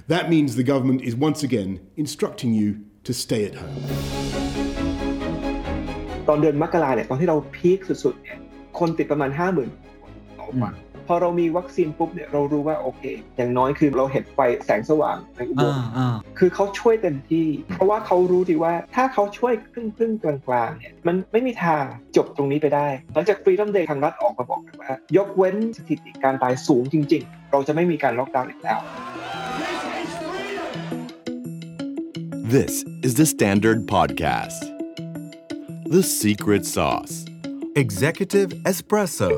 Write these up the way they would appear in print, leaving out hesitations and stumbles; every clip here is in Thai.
That means the government is once again instructing you to stay at home. ตอนเดือนมกราเนี่ยตอนที่เราพีคสุดๆเนี่ยคนติดประมาณ 50,000 ต่อวันพอเรามีวัคซีนปุ๊บเนี่ยเรารู้ว่าโอเคอย่างน้อยคือเราเห็นไฟแสงสว่างในอุโมงค์คือเขาช่วยเต็มที่เพราะว่าเขารู้ดีว่าถ้าเขาช่วยครึ่งกลางๆเนี่ยมันไม่มีทางจบตรงนี้ไปได้หลังจาก Freedom Day ทางรัฐออกมาบอกกันว่ายกเว้นสถิติการตายสูงจริงๆเราจะไม่มีการล็อกดาวน์อีกแล้ว This is the Standard Podcast. The Secret Sauce. Executive Espresso.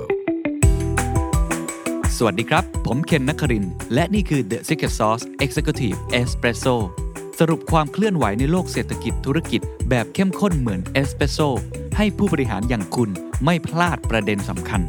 สวัสดีครับผมเคนนครินทร์และนี่คือ The Secret Sauce Executive Espresso สรุปความเคลื่อนไหวในโลกเศรษฐกิจธุรกิจแบบเข้มข้นเหมือนเอสเปรสโซ่ให้ผู้บริหารอย่างคุณไม่พลาดประเด็นสำคัญ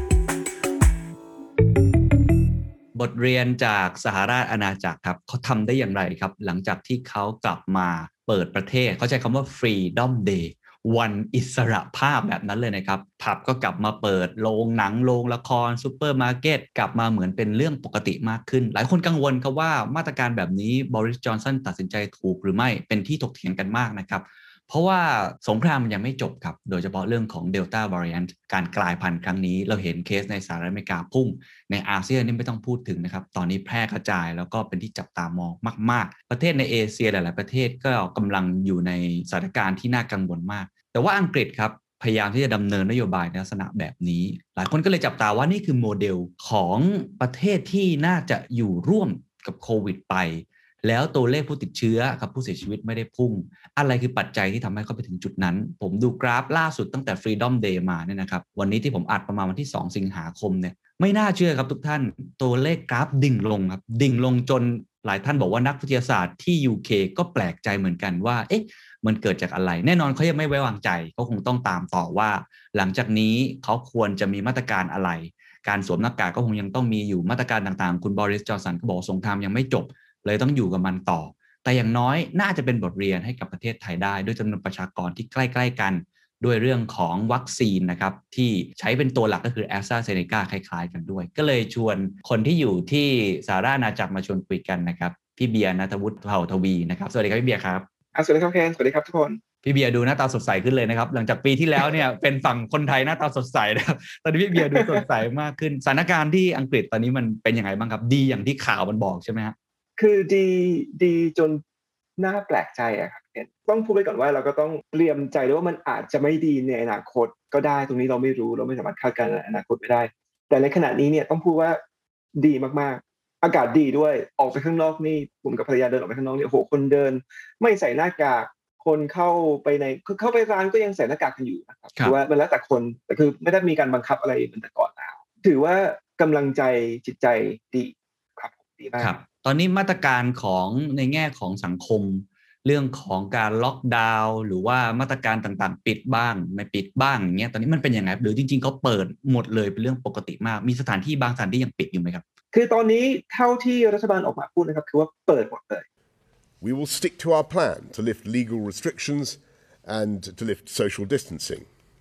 บทเรียนจากสหราชอาณาจักรครับเขาทำได้อย่างไรครับหลังจากที่เขากลับมาเปิดประเทศเขาใช้คำว่า Freedom Day วันอิสรภาพแบบนั้นเลยนะครับผับก็กลับมาเปิดโรงหนังโรงละครซุปเปอร์มาร์เก็ตกลับมาเหมือนเป็นเรื่องปกติมากขึ้นหลายคนกังวลครับว่ามาตรการแบบนี้บริส จอนสันตัดสินใจถูกหรือไม่เป็นที่ถกเถียงกันมากนะครับเพราะว่าสงครามมันยังไม่จบครับโดยเฉพาะเรื่องของ Delta Variant การกลายพันธุ์ครั้งนี้เราเห็นเคสในสหรัฐอเมริกาพุ่งในอาเซียนนี่ไม่ต้องพูดถึงนะครับตอนนี้แพร่กระจายแล้วก็เป็นที่จับตามองมากๆประเทศในเอเชียหลายๆประเทศก็กำลังอยู่ในสถานการณ์ที่น่ากังวลมากแต่ว่าอังกฤษครับพยายามที่จะดำเนินนโยบายในลักษณะแบบนี้หลายคนก็เลยจับตาว่านี่คือโมเดลของประเทศที่น่าจะอยู่ร่วมกับโควิดไปแล้วตัวเลขผู้ติดเชื้อกับผู้เสียชีวิตไม่ได้พุ่งอะไรคือปัจจัยที่ทำให้เขาไปถึงจุดนั้นผมดูกราฟล่าสุดตั้งแต่ Freedom Day มาเนี่ยนะครับวันนี้ที่ผมอัดประมาณวันที่2สิงหาคมเนี่ยไม่น่าเชื่อครับทุกท่านตัวเลขกราฟดิ่งลงครับดิ่งลงจนหลายท่านบอกว่านักวิทยาศาสตร์ที่ UK ก็แปลกใจเหมือนกันว่าเอ๊ะมันเกิดจากอะไรแน่นอนเขายังไม่ไว้วางใจเขาคงต้องตามต่อว่าหลังจากนี้เขาควรจะมีมาตรการอะไรการสวมหน้ากากก็คงยังต้องมีอยู่มาตรการต่างๆคุณบริส จอนสันก็บอกสงครามยังไม่จบเลยต้องอยู่กับมันต่อแต่อย่างน้อยน่าจะเป็นบทเรียนให้กับประเทศไทยได้ด้วยจำนวนประชากรที่ใกล้ๆกันด้วยเรื่องของวัคซีนนะครับที่ใช้เป็นตัวหลักก็คือ AstraZeneca คล้ายๆกันด้วยก็เลยชวนคนที่อยู่ที่สหราชอาณาจักรมาชวนคุยกันนะครับพี่เบียร์ณัฐวุฒิเผ่าทวีนะครับสวัสดีครับพี่เบียร์ครับสวัสดีครับเคนสวัสดีครับทุกคนพี่เบียร์ดูหน้าตาสดใสขึ้นเลยนะครับหลังจากปีที่แล้วเนี่ย เป็นฝั่งคนไทยหน้าตาสดใสนะครับตอนนี้พี่เบียร์ดูสดใสมากขึ้นสถานการณ์ที่อังกฤษตอนนี้มันเป็นยังไงบ้างครับดีอย่างที่ข่าวมันบอกใช่ไหมครับคือดีจนน่าแปลกใจอะครับต้องพูดไว้ก่อนว่าเราก็ต้องเตรียมใจด้วยว่ามันอาจจะไม่ดีในอนาคตก็ได้ตรงนี้เราไม่รู้เราไม่สามารถคาดการณ์อนาคตไม่ได้แต่ในขณะนี้เนี่ยต้องพูดว่าดีมากๆอากาศดีด้วยออกไปข้างนอกนี่ผมกับภรรยาเดินออกไปข้างนอกเนี่ยโอ้โหคนเดินไม่ใส่หน้ากากคนเข้าไปร้านก็ยังใส่หน้ากากกันอยู่นะครับถือว่ามันแล้วแต่คนแต่คือไม่ได้มีการบังคับอะไรเหมือนแต่ก่อนแล้วถือว่ากำลังใจจิตใจดีครับดีมากตอนนี้มาตรการของในแง่ของสังคมเรื่องของการล็อกดาวน์หรือว่ามาตรการต่างๆปิดบ้างไม่ปิดบ้างอย่างเงี้ยตอนนี้มันเป็นยังไงหรือจริงๆเขาเปิดหมดเลยเป็นเรื่องปกติมากมีสถานที่บางสถานที่ยังปิดอยู่ไหมครับคือตอนนี้เท่าที่รัฐบาลออกมาพูดนะครับคือว่าเปิดหมดเลย We will stick to our plan to lift legal restrictions and to lift social distancing.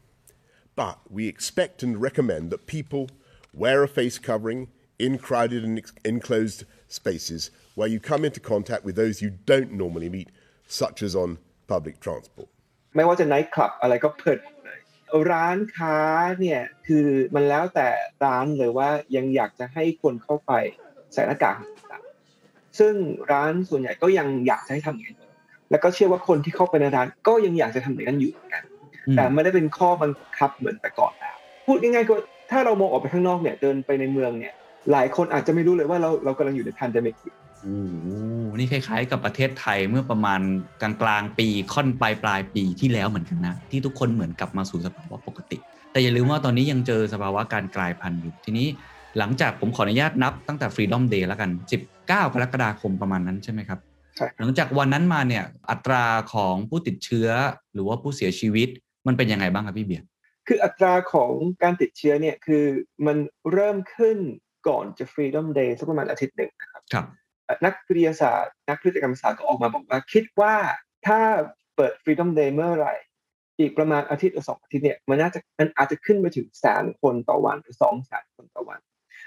But we expect and recommend that people wear a face covering in crowded and enclosed spaces where you come into contact with those you don't normally meet, such as on public transport. ไม่ว่าจะไนท์คลับอะไรก็เปิดเลยร้านค้าเนี่ยคือมันแล้วแต่ร้านเลยว่ายังอยากจะให้คนเข้าไปใส่หน้ากากซึ่งร้านส่วนใหญ่ก็ยังอยากจะให้ทำอย่างนั้นแล้วก็เชื่อว่าคนที่เข้าไปในร้านก็ยังอยากจะทำอย่างนั้นอยู่เหมือนกันแต่ไม่ได้เป็นข้อบังคับเหมือนแต่ก่อนแล้วพูดง่ายๆก็ถ้าเรามองออกไปข้างนอกเนี่ยเดินไปในเมืองเนี่ยหลายคนอาจจะไม่รู้เลยว่าเรากำลังอยู่ในแพนเดมิกนี่คล้ายๆกับประเทศไทยเมื่อประมาณกลางๆปีค่อนปลายปีที่แล้วเหมือนกันนะที่ทุกคนเหมือนกลับมาสู่สภาวะปกติแต่อย่าลืมว่าตอนนี้ยังเจอสภาวะการกลายพันธุ์อยู่ทีนี้หลังจากผมขออนุญาตนับตั้งแต่ Freedom Day แล้วกัน19กรกฎาคมประมาณนั้นใช่ไหมครับหลังจากวันนั้นมาเนี่ยอัตราของผู้ติดเชื้อหรือว่าผู้เสียชีวิตมันเป็นยังไงบ้างครับพี่เบียร์คืออัตราของการติดเชื้อเนี่ยคือมันเริ่มขึ้นก่อนจะ Freedom Day สักประมาณอาทิตย์หนึ่งนะครับนักวิทยาศาสตร์นักพฤติกรรมศาสตร์ก็ออกมาบอกว่าคิดว่าถ้าเปิด Freedom Day เมื่อไหร่อีกประมาณอาทิตย์หรือ2อาทิตย์เนี่ยมันอาจจะขึ้นไปถึง100,000 คนต่อวันหรือ200,000 คนต่อวัน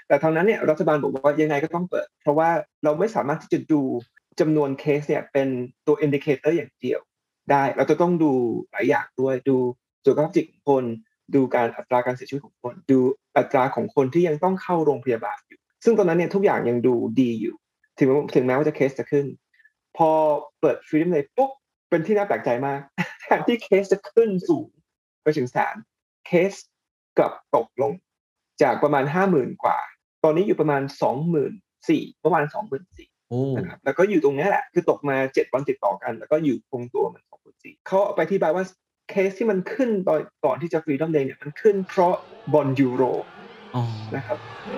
แต่ทางนั้นเนี่ยรัฐบาลบอกว่ายังไงก็ต้องเปิดเพราะว่าเราไม่สามารถที่จะดูจำนวนเคสเนี่ยเป็นตัวอินดิเคเตอร์อย่างเดียวได้เราจะต้องดูหลายอย่างด้วยดูสุขภาพจิตของคนดูการอัตราการเสียชีวิตของคนดูอัตราของคนที่ยังต้องเข้าโรงพยาบาลอยู่ซึ่งตอนนั้นเนี่ยทุกอย่างยังดูดีอยู่ถึงแม้ว่าจะเคสจะขึ้นพอเปิด Freedom Day ปุ๊บเป็นที่น่าแปลกใจมากแทนที่เคสจะขึ้นสูงไปถึง3เคสกลับตกลงจากประมาณ 50,000 กว่าตอนนี้อยู่ประมาณ 24,000 ประมาณ 24,000 นะครับแล้วก็อยู่ตรงนี้แหละคือตกมา7วันติดต่อกันแล้วก็อยู่คงตัวมัน 24,000 เขาเอาไปที่บายว่าเคสที่มันขึ้นก่อนที่จะ Freedom Day เนี่ยมันขึ้นเพราะบอนด์ยูโรนะครับ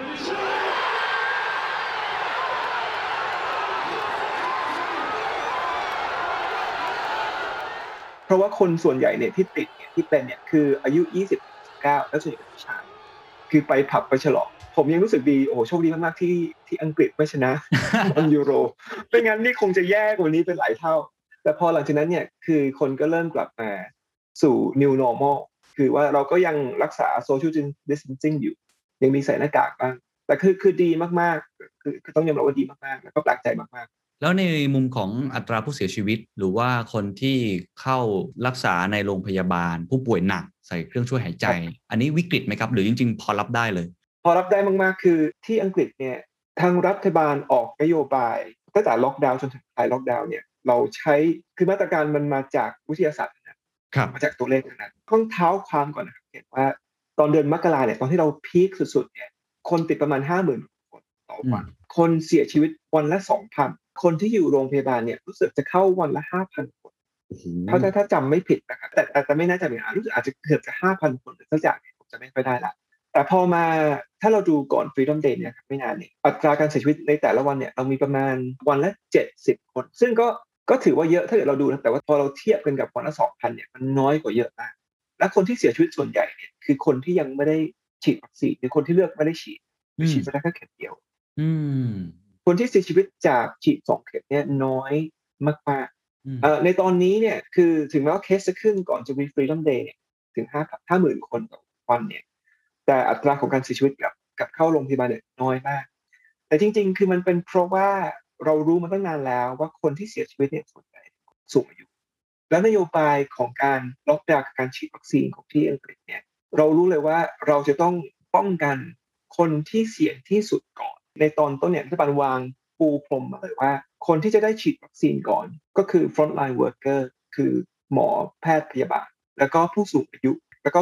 เพราะว่าคนส่วนใหญ่เนี่ยที่ติดเนี่ยที่เป็นเนี่ยคืออายุ 20-19 แล้วส่วนใหญ่เป็นผู้ชายคือไปผับไปฉลองผมยังรู้สึกดีโอ้โชคดีมากๆที่อังกฤษไม่ชนะบอลยูโรไม่งั้นนี่คงจะแย่กว่านี้เป็นหลายเท่าแต่พอหลังจากนั้นเนี่ยคือคนก็เริ่มกลับมาสู่ new normal คือว่าเราก็ยังรักษา social distancing อยู่ยังมีใส่หน้ากากบ้างแต่คือดีมากๆคือต้องยอมรับว่าดีมากๆแล้วก็แปลกใจมากๆแล้วในมุมของอัตราผู้เสียชีวิตหรือว่าคนที่เข้ารักษาในโรงพยาบาลผู้ป่วยหนักใส่เครื่องช่วยหายใจอันนี้วิกฤตไหมครับหรือจริงๆพอรับได้เลยพอรับได้มากๆคือที่อังกฤษเนี่ยทางรัฐบาลออกนโยบายตั้งแต่ล็อกดาวน์จนถึงคลายล็อกดาวน์เนี่ยเราใช้คือมาตรการมันมาจากวิทยาศาสตร์นะมาจากตัวเลขนะต้องเท้าความก่อนนะครับเห็นว่าตอนเดือนมกราเนี่ยตอนที่เราพีคสุดๆเนี่ยคนติดประมาณ 50,000 คนต่อวันคนเสียชีวิตวันละ 2,000 คนที่อยู่โรงพยาบาลเนี่ยรู้สึกจะเข้าวันละ 5,000 คนถ้าจำไม่ผิดนะครับแต่ไม่แน่ใจเหมือนกันรู้สึกอาจจะเกือบจะ 5,000 คนหรือสักอย่างเนี่ยผมจะไม่ค่อยได้ละแต่พอมาถ้าเราดูก่อน Freedom Day เนี่ยครับไม่นานเนี่ยอัตราการเสียชีวิตในแต่ละวันเนี่ยเรามีประมาณวันละ70 คนซึ่งก็ถือว่าเยอะถ้าเกิดเราดูนะแต่ว่าพอเราเทียบกันกับวันละ 2,000 เนี่ยมันน้อยกว่าเยอะมากและคนที่เสียชีวิตส่วนใหญ่เนี่ยคือคนที่ยังไม่ได้ฉีดวัคซีนหรือคนที่เลือกไม่ได้ฉีดไปได้แค่เข็มเดียวคนที่เสียชีวิตจากฉีด2 เข็มเนี่ยน้อยมากๆในตอนนี้เนี่ยคือถึงแม้ว่าเคสจะขึ้นก่อนจะมี Freedom Day เนี่ยถึง 50,000 คนต่อวันเนี่ยแต่อัตราของการเสียชีวิตกับเข้าโรงพยาบาลเนี่ยน้อยมากแต่จริงๆคือมันเป็นเพราะว่าเรารู้มาตั้งนานแล้วว่าคนที่เสียชีวิตเนี่ยส่วนใหญ่สูงอายุและนโยบายของการล็อกดาวน์การฉีดวัคซีนของที่อังกฤษเนี่ยเรารู้เลยว่าเราจะต้องป้องกันคนที่เสี่ยงที่สุดก่อนในตอนต้นเนี่ยรัฐบาลวางปูพรมมาเลยว่าคนที่จะได้ฉีดวัคซีนก่อนก็คือ frontline worker คือหมอแพทย์พยาบาลแล้วก็ผู้สูงอายุแล้วก็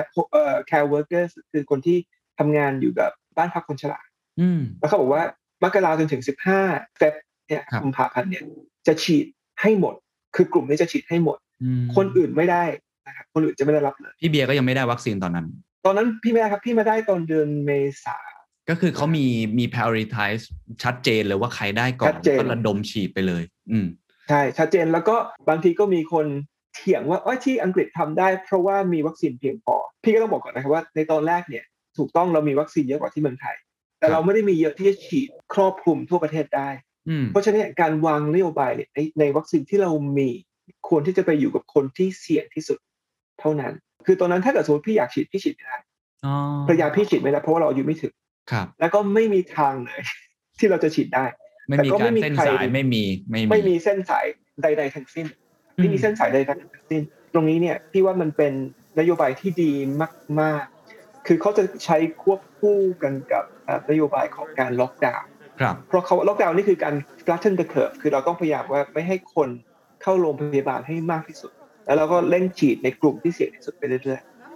care workers คือคนที่ทำงานอยู่กับบ้านพักคนชราแล้วเขาบอกว่ามกราคมจนถึง15 เฟบเนี่ยกุมภาพันธ์เนี่ยจะฉีดให้หมดคือกลุ่มนี้จะฉีดให้หมดคนอื่นไม่ได้นะครับคนอื่นจะไม่ได้รับเลยพี่เบียร์ก็ยังไม่ได้วัคซีนตอนนั้นพี่ไม่ได้ครับพี่มาได้ตอนเดือนเมษาก็คือเขามี prioritize ชัดเจนเลยว่าใครได้ก่อนก็ระดมฉีดไปเลยใช่ชัดเจนแล้วก็บางทีก็มีคนเถียงว่าที่อังกฤษทำได้เพราะว่ามีวัคซีนเพียงพอพี่ก็ต้องบอกก่อนนะครับว่าในตอนแรกเนี่ยถูกต้องเรามีวัคซีนเยอะกว่าที่เมืองไทยแต่เราไม่ได้มีเยอะที่จะฉีดครอบคลุมทั่วประเทศได้เพราะฉะนั้นการวางนโยบายเนี่ยในวัคซีนที่เรามีควรที่จะไปอยู่กับคนที่เสี่ยงที่สุดเท่านั้นคือตอนนั้นถ้าเกิดสมมติพี่อยากฉีดพี่ฉีดไม่ได้ภรรยาพี่ฉีดไม่ได้เพราะว่าเราอายุไม่ถึงแล้วก็ไม่มีทางเลยที่เราจะฉีดได้ไม่มีการเส้นสายไม่มีเส้นสายใดๆทั้งสิ้นไม่มีเส้นสายใดๆทั้งสิ้นตรงนี้เนี่ยพี่ว่ามันเป็นนโยบายที่ดีมากๆคือเขาจะใช้ควบคู่กันกับนโยบายของการล็อกดาวน์เพราะเขาล็อกดาวน์นี่คือการ flatten the curve คือเราต้องพยายามว่าไม่ให้คนเข้าโรงพยาบาลให้มากที่สุดแล้วเราก็เร่งฉีดในกลุ่มที่เสี่ยงที่สุดไปเรื่อย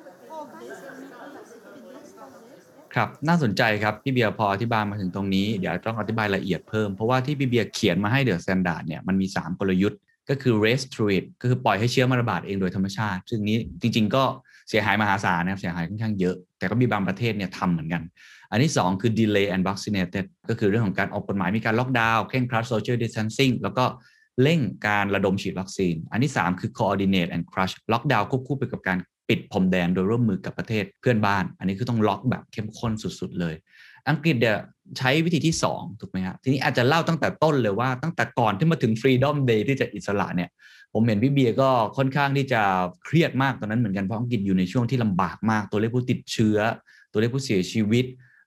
ๆครับน่าสนใจครับพี่เบียร์พออธิบายมาถึงตรงนี้เดี๋ยวต้องอธิบายละเอียดเพิ่มเพราะว่าที่พี่เบียร์เขียนมาให้ The Standard เนี่ยมันมี3กลยุทธ์ก็คือ race through it ก็คือปล่อยให้เชื้อมันระบาดเองโดยธรรมชาติซึ่งนี้จริงๆก็เสียหายมหาศาลนะครับเสียหายค่อนข้างเยอะแต่ก็มีบางประเทศเนี่ยทำเหมือนกันอันที่2คือ delay and vaccinated ก็คือเรื่องของการออกกฎหมายมีการล็อกดาวน์เคร่งครัด social distancing แล้วก็เร่งการระดมฉีดวัคซีนอันที่3คือ coordinate and crush ล็อกดาวน์ควบคู่ไปกับการปิดพรมแดนโดยร่วมมือกับประเทศเพื่อนบ้านอันนี้คือต้องล็อกแบบเข้มข้นสุดๆเลยอังกฤษเนี่ยใช้วิธีที่2ถูกไหมครับทีนี้อาจจะเล่าตั้งแต่ต้นเลยว่าตั้งแต่ก่อนที่มาถึง Freedom Day ที่จะอิสระเนี่ยผมเห็นพี่เบียร์ก็ค่อนข้างที่จะเครียดมากตอนนั้นเหมือนกันเพราะอังกฤษอยู่ในช่วงที่ลำบากมากตัวเลขผู้ติดเชื้อตัวเลขผู้เสียชีวิต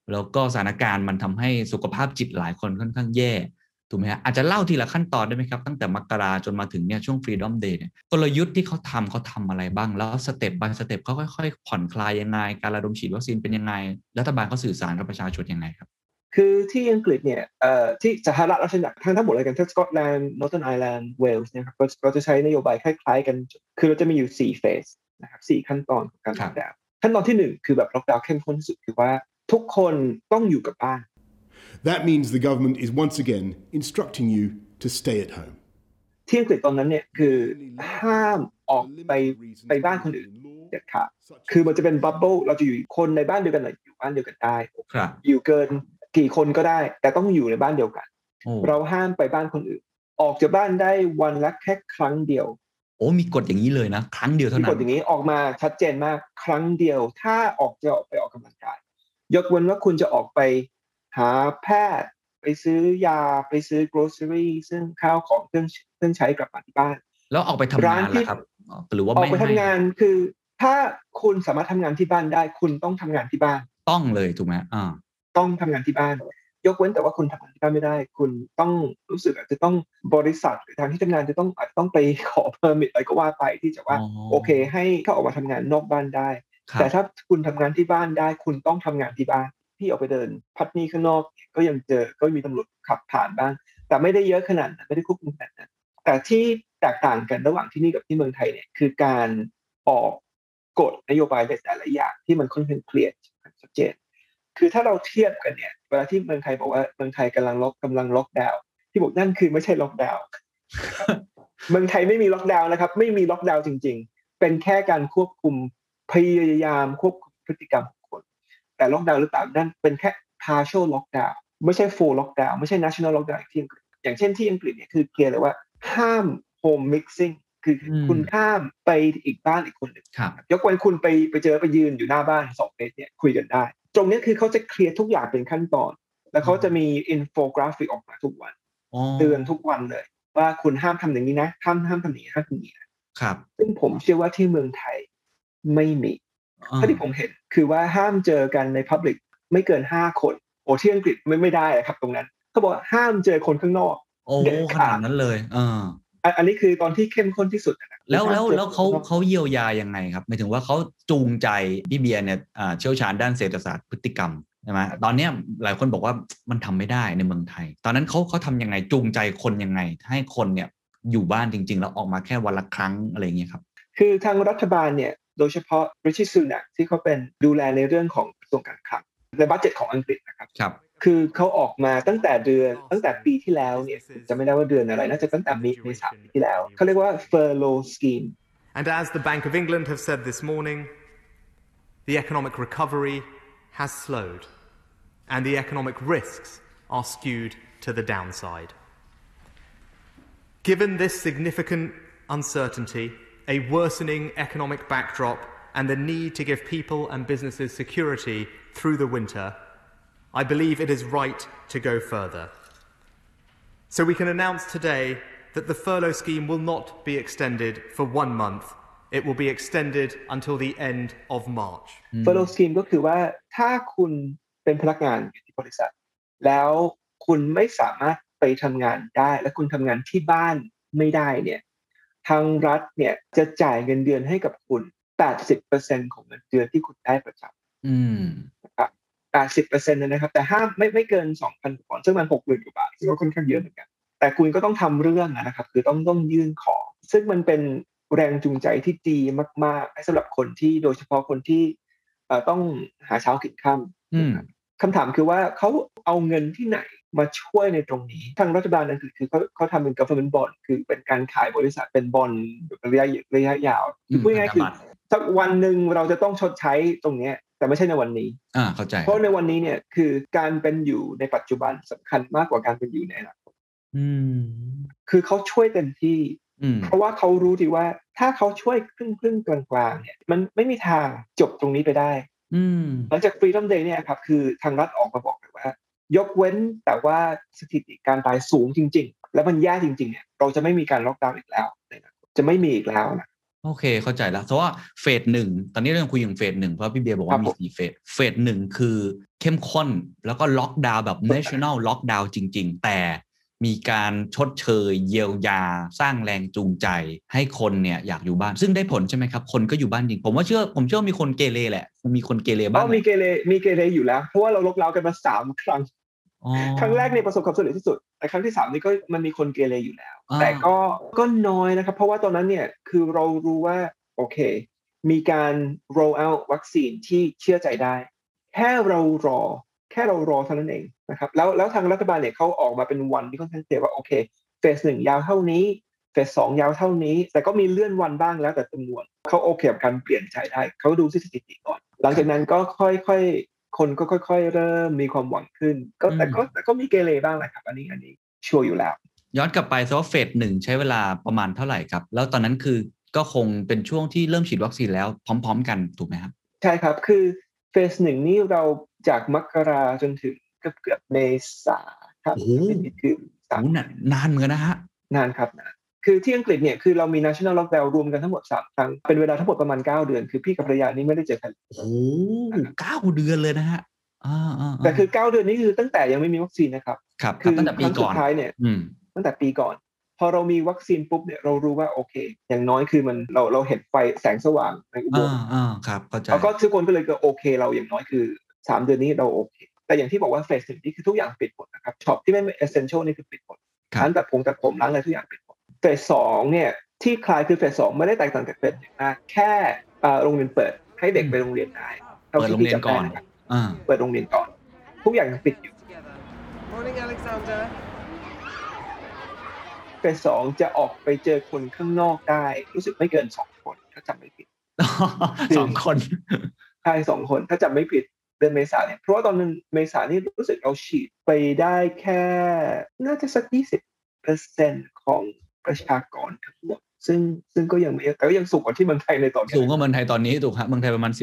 แล้วก็สถานการณ์มันทำให้สุขภาพจิตหลายคนค่อนข้างแย่ถูกไหมฮะอาจจะเล่าทีละขั้นตอนได้ไหมครับตั้งแต่มกราจนมาถึงเนี่ยช่วง Freedom Day เนี่ยกลยุทธ์ที่เขาทำอะไรบ้างแล้วสเต็ปบายสเต็ปเขาค่อยๆผ่อนคลายยังไงการระดมฉีดวัคซีนเป็นยังไงรัฐบาลเขาสื่อสารกับประชาชนยังไงครับคือที่อังกฤษเนี่ยที่สหรัฐราชอาณาจักรทั้งหมดเลยกันทั้งสกอตแลนด์ Northern Ireland Wales นะครับเราจะใช้นโยบายคล้ายๆกันคือเราจะมีอยู่4 เฟสนะครับ4ขั้นตอนของการล็อกดาวน์ขั้นตอนที่1คือแบบล็อกดาวน์เข้มข้นที่สุดคือว่าทุกคนต้องอยู่กับบ้าน That means the government is once again instructing you to stay at home. ที่อังกฤษตอนนั้นเนี่ยคือห้ามออกไปบ้านคนอื่นเด็ดขาดคือมันจะเป็นบับเบิ้ลเราจะอยู่คนในบ้านเดียวกันอยู่บ้านเดียวกันได้อยู่เกินกี่คนก็ได้แต่ต้องอยู่ในบ้านเดียวกันเราห้ามไปบ้านคนอื่นออกจากบ้านได้วันละแค่ครั้งเดียวโอ้มีกฎอย่างนี้เลยนะครั้งเดียวเท่านั้นมีกฎอย่างนี้ออกมาชัดเจนมากครั้งเดียวถ้าจะออกไปออกกำลังกายยกเว้นว่าคุณจะออกไปหาแพทย์ไปซื้อยาไปซื้อ grocery ซึ่งข้าวของเครื่องใช้กลับมาที่บ้านแล้วออกไปทำงานล่ะครับหรือว่าออกไปทำงานคือถ้าคุณสามารถทำงานที่บ้านได้คุณต้องทำงานที่บ้านต้องเลยถูกไหมต้องทำงานที่บ้านยกเว้นแต่ว่าคุณทำงานที่บ้านไม่ได้คุณต้องรู้สึกอาจจะต้องบริษัทหรือทางที่ทำงานอาจจะต้องไปขอเพอร์มิทอะไรก็ว่าไปที่จะว่าโอเคให้เข้าออกมาทำงานนอกบ้านได้แต่ถ้าคุณทำงานที่บ้านได้คุณต้องทำงานที่บ้านพี่ออกไปเดินพัดนี่ข้างนอกก็ยังเจอก็มีตำรวจขับผ่านบ้างแต่ไม่ได้เยอะขนาดนั้นไม่ได้ควบคุมขนาดนั้นแต่ที่แตกต่างกันระหว่างที่นี่กับที่เมืองไทยเนี่ยคือการออกกฎนโยบายแต่ละอย่างที่มันค่อนข้างเคลียร์ชัดเจนคือถ้าเราเทียบกันเนี่ยเวลาที่เมืองไทยบอกว่าเมืองไทยกำลังล็อกดาวน์ที่บอกนั่นคือไม่ใช่ล็อกดาวน์ เมืองไทยไม่มีล็อกดาวน์นะครับไม่มีล็อกดาวน์จริงๆเป็นแค่การควบคุมพยายามควบคุมพฤติกรรมของคนแต่ล็อกดาวน์หรือเปล่านั่นเป็นแค่ partial lockdown ไม่ใช่ full lockdown ไม่ใช่ national lockdown ที่อังกฤษอย่างเช่นที่อังกฤษเนี่ยคือเคลียร์เลยว่าห้าม home mixing คือคุณห้ามไปอีกบ้านอีกคนหนึ่งยกเว้นคุณไปเจอไปยืนอยู่หน้าบ้าน2 เมตรเนี่ยคุยกันได้ตรงนี้คือเขาจะเคลียร์ทุกอย่างเป็นขั้นตอนแล้วเขาจะมีอินโฟกราฟิกออกมาทุกวันเตือนทุกวันเลยว่าคุณห้ามทำอย่างนี้นะห้ามทำอย่างนี้ห้ามทำอย่างนี้นะครับซึ่งผมเชื่อว่าที่เมืองไทยไม่มีเท่าที่ผมเห็นคือว่าห้ามเจอกันใน Public ไม่เกิน5 คนโอ้ที่อังกฤษไม่ได้ครับตรงนั้นเขาบอกห้ามเจอคนข้างนอกเด็ดขาดนั้นเลยอันนี้คือตอนที่เข้มข้นที่สุดนะแล้วเขาเยียวยายังไงครับหมายถึงว่าเขาจูงใจพี่เบียร์เนี่ยเชี่ยวชาญด้านเศรษฐศาสตร์พฤติกรรมใช่ไหมตอนนี้หลายคนบอกว่ามันทำไม่ได้ในเมืองไทยตอนนั้นเขาทำยังไงจูงใจคนยังไงให้คนเนี่ยอยู่บ้านจริงๆแล้วออกมาแค่วันละครั้งอะไรอย่างเงี้ยครับคือทางรัฐบาลเนี่ยโดยเฉพาะริชิซูนักที่เขาเป็นดูแลในเรื่องของกระทรวงการคลังในบัดเจ็ตของอังกฤษนะครับคือเขาออกมาตั้งแต่ปีที่แล้วเนี่ยจะไม่ได้ว่าเดือนอะไรน่าจะตั้งแต่เมษายนที่แล้วเขาเรียกว่า furlough scheme And as the Bank of England have said this morning, the economic recovery has slowed and the economic risks are skewed to the downside. Given this significant uncertainty, a worsening economic backdrop and the need to give people and businesses security through the winter, I believe it is right to go further. So we can announce today that the furlough scheme will not be extended for 1 month. It will be extended until the end of March. Furlough scheme ก็คือว่าถ้าคุณเป็นพนักงานอยู่ที่บริษัทแล้วคุณไม่สามารถไปทำงานได้และคุณทำงานที่บ้านไม่ได้เนี่ยทางรัฐเนี่ยจะจ่ายเงินเดือนให้กับคุณ 80% ของเงินเดือนที่คุณได้ประจำนะครับ 80% นะครับแต่ห้ามไม่เกิน 2,000 กว่าซึ่งมัน 60,000 กว่าบาทซึ่งก็ค่อนข้างเยอะเหมือนกันแต่คุณก็ต้องทำเรื่องนะครับคือต้องยื่นขอซึ่งมันเป็นแรงจูงใจที่ดีมากๆสำหรับคนที่โดยเฉพาะคนที่ต้องหาเช้ากินค่ำคำถามคือว่าเขาเอาเงินที่ไหนมาช่วยในตรงนี้ทางรัฐบาลนั่นคือเขาทำเป็น government bond คือเป็นการขายบริษัทเป็นบอนด์ระยะยาวคือพูดง่ายๆคือสักวันหนึ่งเราจะต้องชดใช้ตรงนี้แต่ไม่ใช่ในวันนี้เข้าใจเพราะในวันนี้เนี่ยคือการเป็นอยู่ในปัจจุบันสำคัญมากกว่าการเป็นอยู่ในอนาคตคือเขาช่วยเต็มที่เพราะว่าเขารู้ดีว่าถ้าเขาช่วยครึ่งกลางๆเนี่ยมันไม่มีทางจบตรงนี้ไปได้หลังจาก Freedom Day เนี่ยครับคือทางรัฐออกมาบอกเลยว่ายกเว้นแต่ว่าสถิติการตายสูงจริงๆแล้วมันแย่จริงๆเนี่ยเราจะไม่มีการล็อกดาวน์อีกแล้วจะไม่มีอีกแล้วนะโอเคเข้าใจแล้วเพราะว่าเฟสหนึ่งตอนนี้เรายังคุยถึงเฟสหนึ่งเพราะพี่เบียร์บอกว่ามี4เฟสหนึ่งคือเข้มข้นแล้วก็ล็อกดาวน์แบบ national ล็อกดาวน์จริงๆแต่มีการชดเชยเยียวยาสร้างแรงจูงใจให้คนเนี่ยอยากอยู่บ้านซึ่งได้ผลใช่ไหมครับคนก็อยู่บ้านจริงผมเชื่อมีคนเกเรแหละมีคนเกเรบ้างมีเกเรอยู่แล้วเพราะว่าเราลบเล้ากันมา3 ครั้งครั้งแรกเนี่ยประสบความสำเร็จที่สุดแต่ครั้งที่3นี่ก็มันมีคนเกเรอยู่แล้วแต่ก็น้อยนะครับเพราะว่าตอนนั้นเนี่ยคือเรารู้ว่าโอเคมีการ roll out วัคซีนที่เชื่อใจได้แค่เรารอเท่านั้นเองนะครับแล้วทางรัฐบาลเนี่ยเขาออกมาเป็นวันที่ค่อนข้างเคลียร์ว่าโอเคเฟส1ยาวเท่านี้เฟส2ยาวเท่านี้แต่ก็มีเลื่อนวันบ้างแล้วแต่จำนวนเขาโอเคกับการเปลี่ยนใจได้เขาดูสถิติก่อนหลังจากนั้นก็ค่อยคนก็ค่อยๆเริ่มมีความหวังขึ้นแต่ก็มีเกเรบ้างแหละครับอันนี้ชัวร์อยู่แล้วย้อนกลับไปซะว่าเฟส1ใช้เวลาประมาณเท่าไหร่ครับแล้วตอนนั้นคือก็คงเป็นช่วงที่เริ่มฉีดวัคซีนแล้วพร้อมๆกันถูกไหมครับใช่ครับคือเฟส1นี่เราจากมกราจนถึงเกือบเมษาครับคือนานเหมือนกันนะฮะนานครับนะคือที่อังกฤษเนี่ยคือเรามี national lockdown รวมกันทั้งหมด3 ครั้งเป็นเวลาทั้งหมดประมาณ9 เดือนคือพี่กับภรรยานี่ไม่ได้เจอกัน 9 เดือนเลยนะฮะแต่คือ9 เดือนนี้คือตั้งแต่ยังไม่มีวัคซีนนะครับคือตั้งแต่ปีก่อนสุดท้ายเนี่ยตั้งแต่ปีก่อนพอเรามีวัคซีนปุ๊บเนี่ยเรารู้ว่าโอเคอย่างน้อยคือมันเราเห็นไฟแสงสว่างในอุโมงค์ครับเข้าใจแล้วก็ทุกคนก็เลยก็โอเคเราอย่างน้อยคือ3 เดือนนี้เราโอเคแต่อย่างที่บอกว่าเฟส 1นี่คือทุกอย่างปิดหมดนะครับช็อปที่ไม่เป็น essential นี่คือปิดหมดร้านตัดผมร้านอะไรทุกอย่างปิดหมดเฟส 2เนี่ยที่คล้ายคือเฟส 2ไม่ได้แตกต่างจากเฟส 1นะแค่โรงเรียนเปิดให้เด็กไปโรงเรียนได้เปิดโรงเรียนก่อนเปิดโรงเรียนก่อนทุกอย่างยังปิดอยู่ Morning Alexander เฟส 2จะออกไปเจอคนข้างนอกได้รู้สึกไม่เกิน2 คนถ้าจำไม่ผิด 2 คนใช่2 คนถ้าจำไม่ผิดเดือนเมษาเนี่ยเพราะว่าตอนนั้นเมษานี่รู้สึกเราฉีดไปได้แค่น่าจะสัก 20% ของประชากรทั้งหมดซึ่งก็ยังไม่เยอะแต่ก็ยังสูงกว่าที่เมืองไทยในตอนนี้สูงกว่าเมืองไทยตอนนี้ถูกครับเมืองไทยประมาณ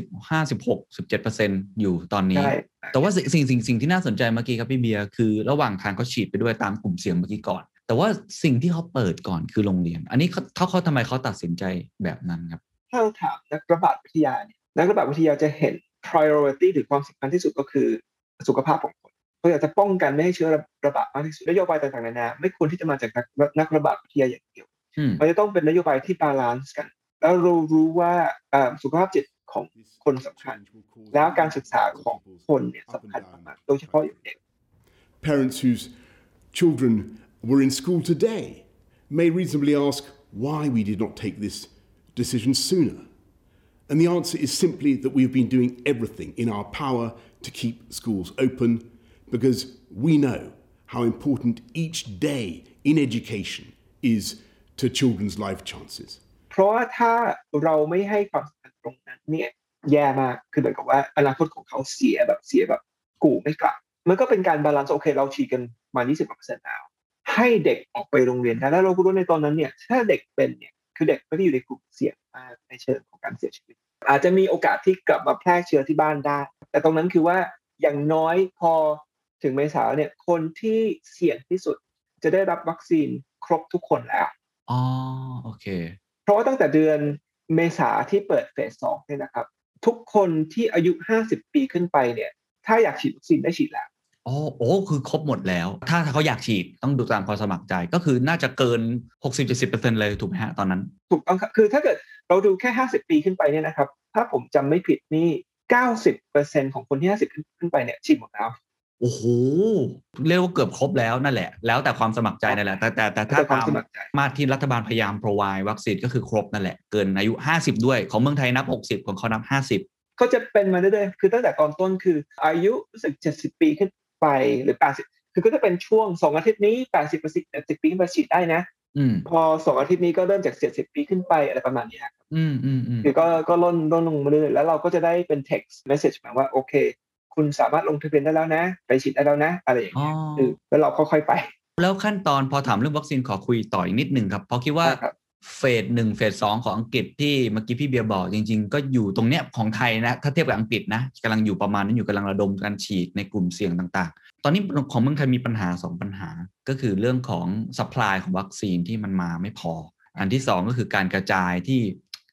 15-16-17% อยู่ตอนนี้แต่ว่าสิ่งที่น่าสนใจเมื่อกี้ครับพี่เบียร์คือระหว่างทางเขาฉีดไปด้วยตามกลุ่มเสี่ยงเมื่อกี้ก่อนแต่ว่าสิ่งที่เขาเปิดก่อนคือโรงเรียนอันนี้เขาทำไมเขาตัดสินใจแบบนั้นครับถ้าเราถามนักระบาดวิทยาเนี่ยนักระบาดวิทยาจะเห็น priority หรือความสำคัญที่สุดก็คือสุขภาพของคนเขาอยากจะป้องกันไม่ให้เชื้อระบาดมากที่สุดนโยบายต่างๆนานาไม่ควรที่จะมาจากนักระบาดวิทยาอย่างเดียวมันจะต้องเป็นนโยบายที่บาลานซ์กันแล้วเรารู้ว่าสุขภาพจิตของคนสำคัญแล้วการศึกษาของคนเนี่ยสำคัญมากๆโดยเฉพาะอย่างเด็ก Parents whose children were in school today may reasonably ask why we did not take this decision sooner. And the answer is simply that we have been doing everything in our power to keep schools open because we know how important each day in education is to children's life chances. เพราะว่าถ้าเราไม่ให้ความสำคัญตรงนั้นเนี่ยแย่มากคือเหมือนกับว่าอนาคตของเขาเสียแบบกูไม่กลับมันก็เป็นการบาลานซ์โอเคเราฉีดกันมา 20% แล้วให้เด็กออกไปโรงเรียนได้แล้วเรารู้ในตอนนั้นเนี่ยถ้าเด็กเป็นเนี่ยคือเด็กไม่ได้อยู่ในกลุ่มเสี่ยงมากในเชิงของการเสียชีวิตอาจจะมีโอกาสที่กลับมาแพร่เชื้อที่บ้านได้แต่ตรงนั้นคือว่าอย่างน้อยพอถึงเมษาเนี่ยคนที่เสี่ยงที่สุดจะได้รับวัคซีนครบทุกคนแล้วโอเคเพราะว่าตั้งแต่เดือนเมษาที่เปิดเฟส 2เนี่ยนะครับทุกคนที่อายุ50 ปีขึ้นไปเนี่ยถ้าอยากฉีดวัคซีนได้ฉีดแล้วคือครบหมดแล้วถ้าเขาอยากฉีดต้องดูตามความสมัครใจก็คือน่าจะเกิน 60-70% เลยถูกไหมฮะตอนนั้นถูกต้องครับคือถ้าเกิดเราดูแค่50 ปีขึ้นไปเนี่ยนะครับถ้าผมจำไม่ผิดนี่ 90% ของคนที่50ขึ้นไปเนี่ยฉีดหมดแล้วโอ้โหเรียกว่าเกือบครบแล้วนั่นแหละแล้วแต่ความสมัครใจนั่นแหละแต่ถ้าตามมาที่รัฐบาลพยายาม provide วัคซีนก็คือครบนั่นแหละเกินอายุ50ด้วยของเมืองไทยนับ60ของเขานับ50 ก็จะเป็นมาเรื่อยๆคือตั้งแต่ตอนต้นคืออายุรู้สึก70 ปีขึ้นไปหรือ80คือก็จะเป็นช่วง2 อาทิตย์นี้ 80 ปีขึ้นไปฉีดได้นะพอ2 อาทิตย์นี้ก็เริ่มจาก70 ปีขึ้นไปอะไรประมาณนี้ครับคือก็ล่นลงมาเรื่อยๆแล้วเราก็จะได้เป็น text message มาว่าโอเคคุณสามารถลงทะเบียนได้แล้วนะไปฉีดได้แล้วนะอะไรอย่างเงี้ยแล้วเราค่อยๆไปแล้วขั้นตอนพอถามเรื่องวัคซีนขอคุยต่ออีกนิดนึงครับเพราะคิดว่าเฟส 1เฟส 2ของอังกฤษที่เมื่อกี้พี่เบียร์บอกจริงๆก็อยู่ตรงเนี้ยของไทยนะถ้าเทียบกับอังกฤษนะกำลังอยู่ประมาณนั้นอยู่กำลังระดมการฉีดในกลุ่มเสี่ยงต่างๆตอนนี้ของเมืองไทยมีปัญหา2ปัญหาก็คือเรื่องของซัพพลายของวัคซีนที่มันมาไม่พออันที่2ก็คือการกระจายที่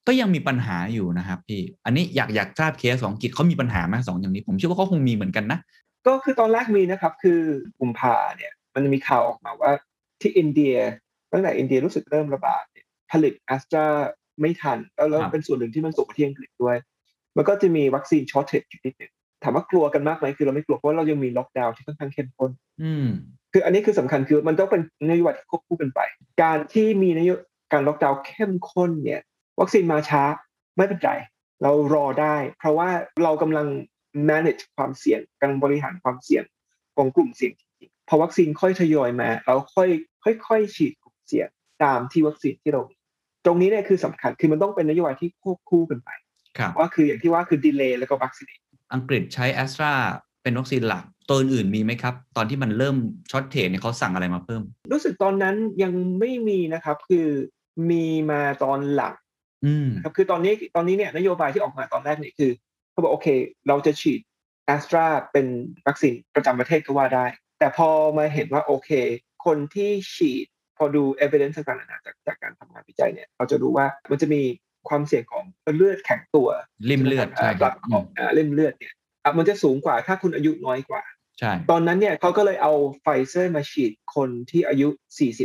ก็ยังมีปัญหาอยู่นะครับพี่อันนี้อยากทราบเคสของอังกฤษเขามีปัญหาไหม2อย่างนี้ผมเชื่อว่าเขาคงมีเหมือนกันนะก็คือตอนแรกมีนะครับคือกุมภาเนี่ยมันมีข่าวออกมาว่าที่อินเดียตั้งแต่อินเดียรู้สึกเริ่มระบาดเนี่ยผลิตแอสตราไม่ทันแล้วเป็นส่วนหนึ่งที่มันส่งไปที่อังกฤษด้วยมันก็จะมีวัคซีนช็อตเทจอยู่นิดนึงถามว่ากลัวกันมากไหมคือเราไม่กลัวเพราะเรายังมีล็อกดาวน์ที่ค่อนข้างเข้มข้นคืออันนี้คือสำคัญคือมันต้องเป็นนโยบายที่ควบคู่กันไปการที่มีการล็อกดาวน์เข้มข้นเนี่ยวัคซีนมาช้าไม่เป็นไรเรารอได้เพราะว่าเรากำลัง manage ความเสี่ยงการบริหารความเสี่ยงของกลุ่มเสี่ยงจริงๆพอวัคซีนค่อยทยอยมาเราค่อยฉีดกลุ่มเสี่ยงตามที่วัคซีนที่เรามีตรงนี้เนี่ยคือสำคัญคือมันต้องเป็นนโยบายที่ควบคู่กันไปว่าคืออย่างที่ว่าคือ delay แล้วก็ vaccinate อังกฤษใช้ Astra เป็นวัคซีนหลักตัวอื่นมีไหมครับตอนที่มันเริ่มช็อตเทจเนี่ยเขาสั่งอะไรมาเพิ่มรู้สึกตอนนั้นยังไม่มีนะครับคือมีมาตอนหลังครับคือตอนนี้เนี่ยนโยบายที่ออกมาตอนแรกเนี่ยคือเขาบอกโอเคเราจะฉีด Astra เป็นวัคซีนประจำประเทศก็ว่าได้แต่พอมาเห็นว่าโอเคคนที่ฉีดพอดู evidence ต่างๆจากการทำงานวิจัยเนี่ยเราจะรู้ว่ามันจะมีความเสี่ยงของเลือดแข็งตัวริ่มเลือดใช่ครับริ่มเลือดเนี่ยมันจะสูงกว่าถ้าคุณอายุน้อยกว่าใช่ตอนนั้นเนี่ยเขาก็เลยเอาไฟเซอร์มาฉีดคนที่อายุ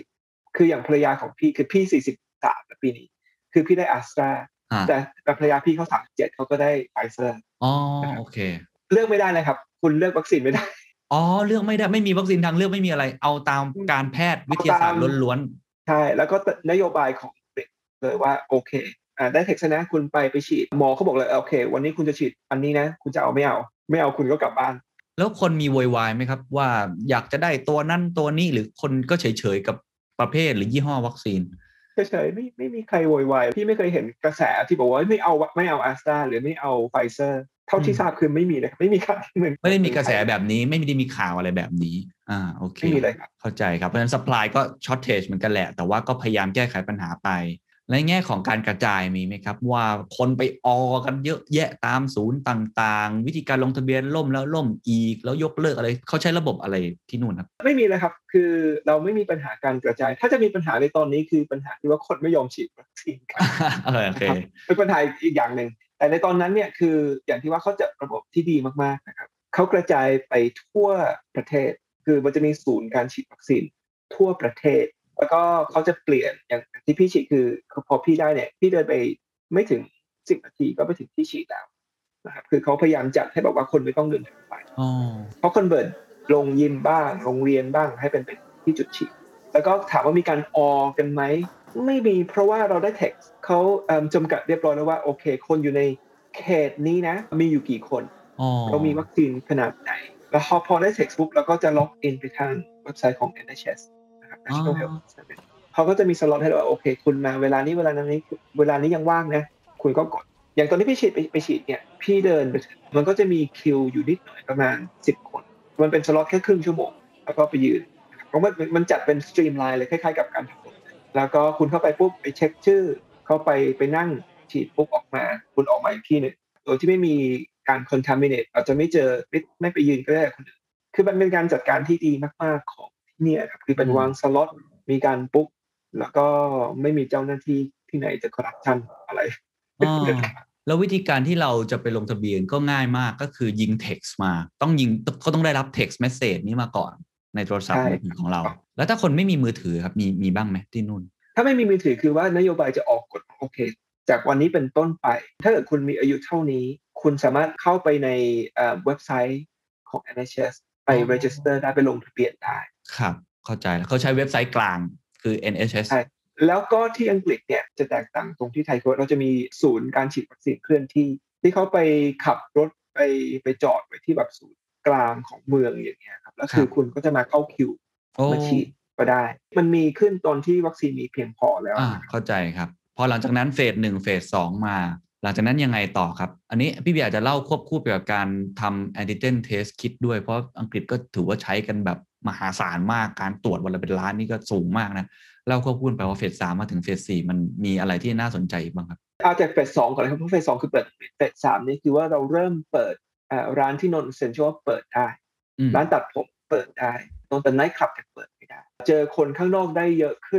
40คืออย่างภรรยาของพี่คือพี่43ปีนี้คือพี่ได้ Astra แต่ภรรยาพี่เขา37เขาก็ได้ไฟเซอร์อ๋อโอเคเลือกไม่ได้เลยครับคุณเลือกวัคซีนไม่ได้อ๋อเลือกไม่ได้ไม่มีวัคซีนทางเลือกไม่มีอะไรเอาตามการแพทย์วิทยาศาสตร์ล้วนๆใช่แล้วก็นโยบายของเลยว่าโอเคได้เท็กซ์นะคุณไปฉีดหมอเขาบอกเลยโอเควันนี้คุณจะฉีดอันนี้นะคุณจะเอาไม่เอาคุณก็กลับบ้านแล้วคนมีโวยวายไหมครับว่าอยากจะได้ตัวนั้นตัวนี้หรือคนก็เฉยๆกับประเภทหรือยี่ห้อวัคซีนเฉยๆไม่มีใครโวยวายพี่ไม่เคยเห็นกระแสที่บอกว่าไม่เอาแอสตราหรือไม่เอาไฟเซอร์เท่าที่ทราบคือไม่มีเลยครับไม่มีข่าวเหมือนไม่ได้มีกระแสแบบนี้ไม่ได้มีข่าวอะไรแบบนี้โอเคไม่มีเลยครับเข้าใจครับเพราะฉะนั้นซัพพลายก็ช็อตเทจเหมือนกันแหละแต่ว่าก็พยายามแก้ไขปัญหาไปในแง่ของการกระจายมีไหมครับว่าคนไปออกันเยอะแยะตามศูนย์ต่างๆวิธีการลงทะเบียนล่มแล้วล่มอีกแล้วยกเลิกอะไรเขาใช้ระบบอะไรที่นู่นครับไม่มีเลยครับคือเราไม่มีปัญหาการกระจายถ้าจะมีปัญหาในตอนนี้คือปัญหาที่ว่าคนไม่ยอมฉีดวัคซีนกันนะครับเป็นปัญหาอีกอย่างหนึ่งแต่ในตอนนั้นเนี่ยคืออย่างที่ว่าเขาจัดระบบที่ดีมากๆนะครับเขากระจายไปทั่วประเทศคือมันจะมีศูนย์การฉีดวัคซีนทั่วประเทศแล้วก็เขาจะเปลี่ยนอย่างที่พี่ฉีดคือพอพี่ได้เนี่ยพี่เดินไปไม่ถึง10 นาทีก็ไปถึงที่ฉีดแล้วนะครับคือเขาพยายามจัดให้แบบว่าคนไม่ต้องเดินทางไปเขาคอนเวิร์ตลงยิมบ้างโรงเรียนบ้างให้เป็นที่จุดฉีดแล้วก็ถามว่ามีการออกันไหมไม่มีเพราะว่าเราได้เท็กซ์เขาจำกัดเรียบร้อยแล้วว่าโอเคคนอยู่ในเขตนี้นะมีอยู่กี่คนเรามีวัคซีนขนาดไหนแล้วพอได้เท็กซ์ปุ๊บเราก็จะล็อกอินไปทางเว็บไซต์ของ NHS National Health Service เขาก็จะมีสล็อตให้เราว่าโอเคคุณมาเวลานี้เวลานี้ยังว่างนะคุณก็กดอย่างตอนที่พี่ฉีดไปฉีดเนี่ยพี่เดินไปถึงมันก็จะมีคิวอยู่นิดหน่อยประมาณ10 คนมันเป็นสล็อตแค่ครึ่งชั่วโมงแล้วก็ไปยืนเพราะมันจัดเป็นสตรีมไลน์เลยคล้ายๆกับการทำบุญแล้วก็คุณเข้าไปปุ๊บไปเช็คชื่อเข้าไปนั่งฉีดปุ๊บออกมาคุณออกมาอีกที่หนึ่งโดยที่ไม่มีการคอนทามิเนตอาจจะไม่เจอไม่ไปยืนก็ได้คนอื่นคือมันเป็นการจัดการที่ดีมากๆของเนี่ยครับคือเป็นวางสล็อตมีการปุ๊บแล้วก็ไม่มีเจ้าหน้าที่ที่ไหนจะคอร์รัปชันอะไรแล้ววิธีการที่เราจะไปลงทะเบียนก็ง่ายมากก็คือยิง text มาเขาต้องได้รับ text message นี้มาก่อนในโทรศัพท์มือถือของเราแล้วถ้าคนไม่มีมือถือครับมีบ้างไหมที่นู่นถ้าไม่มีมือถือคือว่านโยบายจะออกกฎโอเคจากวันนี้เป็นต้นไปถ้าเกิดคุณมีอายุเท่านี้คุณสามารถเข้าไปในเว็บไซต์ของ NHS ไป register ได้ไปลงทะเบียนได้ครับเข้าใจแล้วเขาใช้เว็บไซต์กลางคือ NHS ใช่แล้วก็ที่อังกฤษเนี่ยจะแตกต่างตรงที่ไทยคือเราจะมีศูนย์การฉีดวัคซีนเคลื่อนที่เขาไปขับรถไปจอดไว้ที่แบบศูนย์กลางของเมืองอย่างเงี้ยครับแล้วคือคุณก็จะมาเข้าคิวมาฉีดก็ได้มันมีขึ้นตอนที่วัคซีนมีเพียงพอแล้วเข้าใจครับพอหลังจากนั้นเฟส1เฟส2มาหลังจากนั้นยังไงต่อครับอันนี้พี่เบียร์อาจจะเล่าควบคู่ไปกับการทำ antigen test kit ด้วยเพราะอังกฤษก็ถือว่าใช้กันแบบมหาศาลมากการตรวจวันละเป็นล้านนี่ก็สูงมากนะเล่าควบคู่ไปว่าเฟส3มาถึงเฟส4มันมีอะไรที่น่าสนใจอีกบ้างครับเอาจากเฟส2ก่อนเลยครับเพราะเฟส2คือเปิดเฟส3นี่คือว่าเราเริ่มเปิดร้านที่นนท์เซ็นทรัลเปิดได้ร้านตัดผมเปิดได้แต่ไนท์คลับจะเปิดไม่ได้เจอคนข้างนอกได้เยอะขึ้น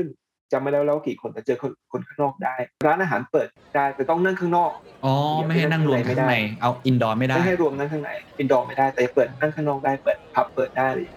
จำไม่ได้แล้วกี่คนแต่เจอคนข้างนอกได้ร้านอาหารเปิดได้แต่ต้องนั่งข้างนอกไม่ให้นั่งรวมข้างในเอาอินดอร์ไม่ได้ไม่ให้รวมนั่งข้างในอินดอร์ไม่ได้แต่เปิดนั่งข้างนอกได้เปิดผับเปิดได้เลย